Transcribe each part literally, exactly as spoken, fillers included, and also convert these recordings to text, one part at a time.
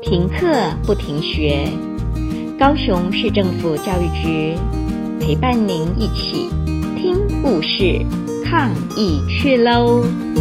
停课不停学，高雄市政府教育局陪伴您一起听故事，抗疫去喽！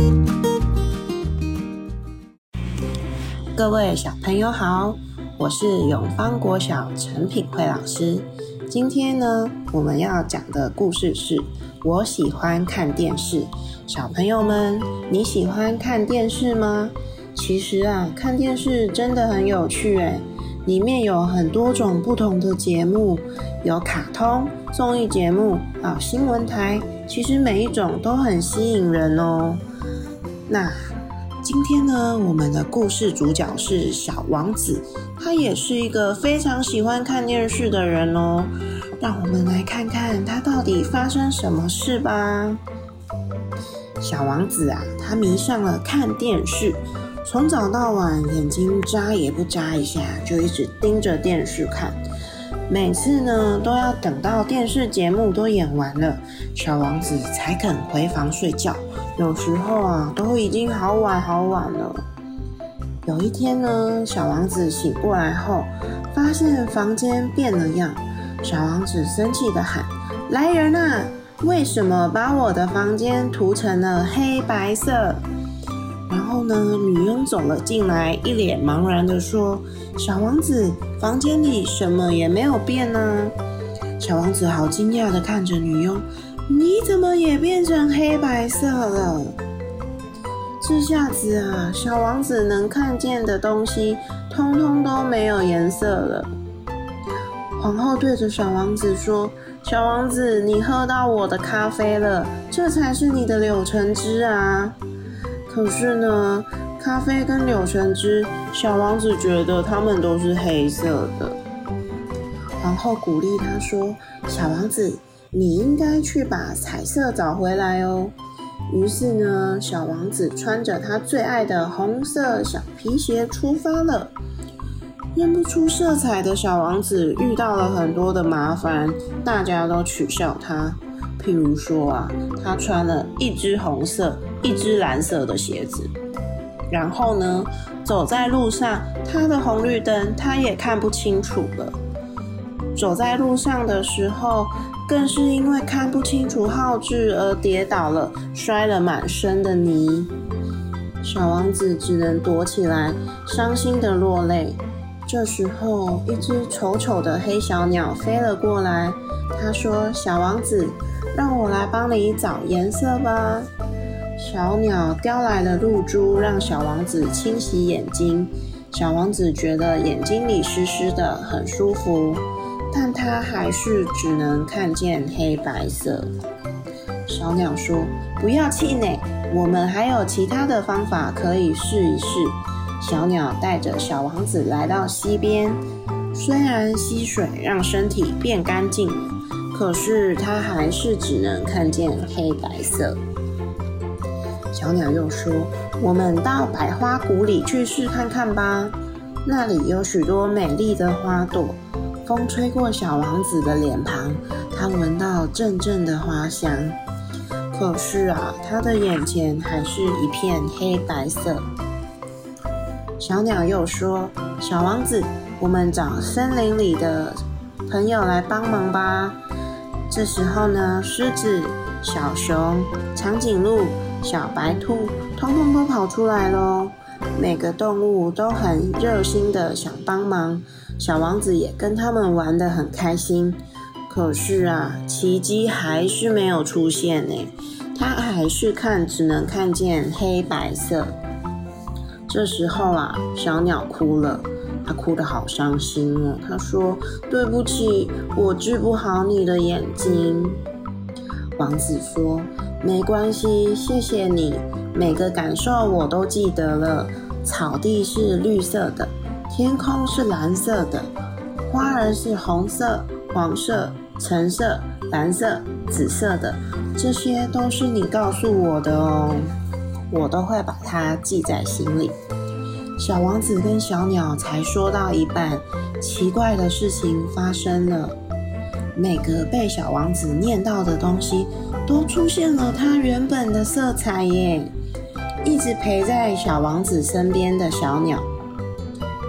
各位小朋友好，我是永芳国小陈品慧老师。今天呢，我们要讲的故事是我喜欢看电视。小朋友们，你喜欢看电视吗？其实啊，看电视真的很有趣诶，里面有很多种不同的节目，有卡通、综艺节目啊、新闻台，其实每一种都很吸引人哦。那今天呢，我们的故事主角是小王子，他也是一个非常喜欢看电视的人哦。让我们来看看他到底发生什么事吧。小王子啊，他迷上了看电视。从早到晚，眼睛眨也不眨一下，就一直盯着电视看。每次呢，都要等到电视节目都演完了，小王子才肯回房睡觉。有时候啊，都已经好晚好晚了。有一天呢，小王子醒过来后，发现房间变了样。小王子生气地喊：“来人啊！为什么把我的房间涂成了黑白色？”然后呢，女佣走了进来，一脸茫然地说：“小王子，房间里什么也没有变啊。”小王子好惊讶地看着女佣：“你怎么也变成黑白色了？”这下子啊，小王子能看见的东西，通通都没有颜色了。皇后对着小王子说：“小王子，你喝到我的咖啡了，这才是你的柳橙汁啊。”可是呢，咖啡跟柳橙汁，小王子觉得它们都是黑色的。皇后鼓励他说：“小王子，你应该去把彩色找回来哦。”于是呢，小王子穿着他最爱的红色小皮鞋出发了。认不出色彩的小王子遇到了很多的麻烦，大家都取笑他。譬如说啊，他穿了一只红色、一只蓝色的鞋子，然后呢，走在路上，他的红绿灯他也看不清楚了。走在路上的时候，更是因为看不清楚号志而跌倒了，摔了满身的泥。小王子只能躲起来，伤心的落泪。这时候，一只丑丑的黑小鸟飞了过来，他说：“小王子，让我来帮你找颜色吧。”小鸟叼来了露珠，让小王子清洗眼睛。小王子觉得眼睛里湿湿的，很舒服，但他还是只能看见黑白色。小鸟说：“不要气馁，我们还有其他的方法可以试一试。”小鸟带着小王子来到溪边，虽然溪水让身体变干净了，可是它还是只能看见黑白色。小鸟又说：“我们到百花谷里去试看看吧，那里有许多美丽的花朵。”风吹过小王子的脸庞，他闻到阵阵的花香。可是啊，他的眼前还是一片黑白色。小鸟又说：“小王子，我们找森林里的朋友来帮忙吧。”这时候呢，狮子、小熊、长颈鹿、小白兔，通通都跑出来咯。每个动物都很热心的想帮忙，小王子也跟他们玩得很开心。可是啊，奇迹还是没有出现呢，他还是看只能看见黑白色。这时候啊，小鸟哭了，他哭得好伤心哦。他说：“对不起，我治不好你的眼睛。”王子说：“没关系，谢谢你，每个感受我都记得了。草地是绿色的，天空是蓝色的，花儿是红色、黄色、橙色、蓝色、紫色的，这些都是你告诉我的哦。我都会把它记在心里。”小王子跟小鸟才说到一半，奇怪的事情发生了。每个被小王子念到的东西，都出现了它原本的色彩耶。一直陪在小王子身边的小鸟，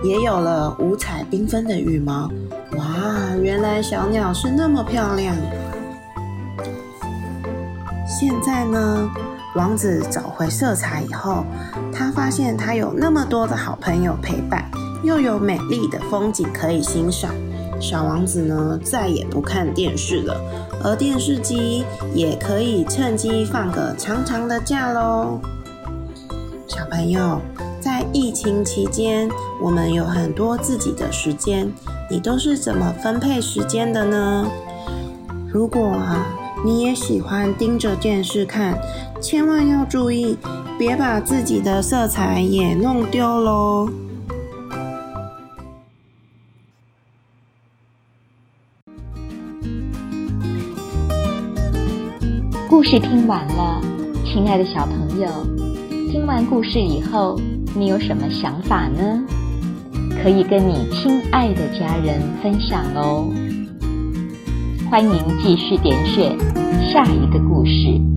也有了五彩缤纷的羽毛。哇，原来小鸟是那么漂亮。现在呢，王子找回色彩以后，他发现他有那么多的好朋友陪伴，又有美丽的风景可以欣赏。小王子呢，再也不看电视了，而电视机也可以趁机放个长长的假咯。小朋友，在疫情期间，我们有很多自己的时间，你都是怎么分配时间的呢？如果啊，你也喜欢盯着电视看，千万要注意，别把自己的色彩也弄丢咯。 故事听完了，亲爱的小朋友，听完故事以后，你有什么想法呢？可以跟你亲爱的家人分享哦。欢迎继续点选下一个故事。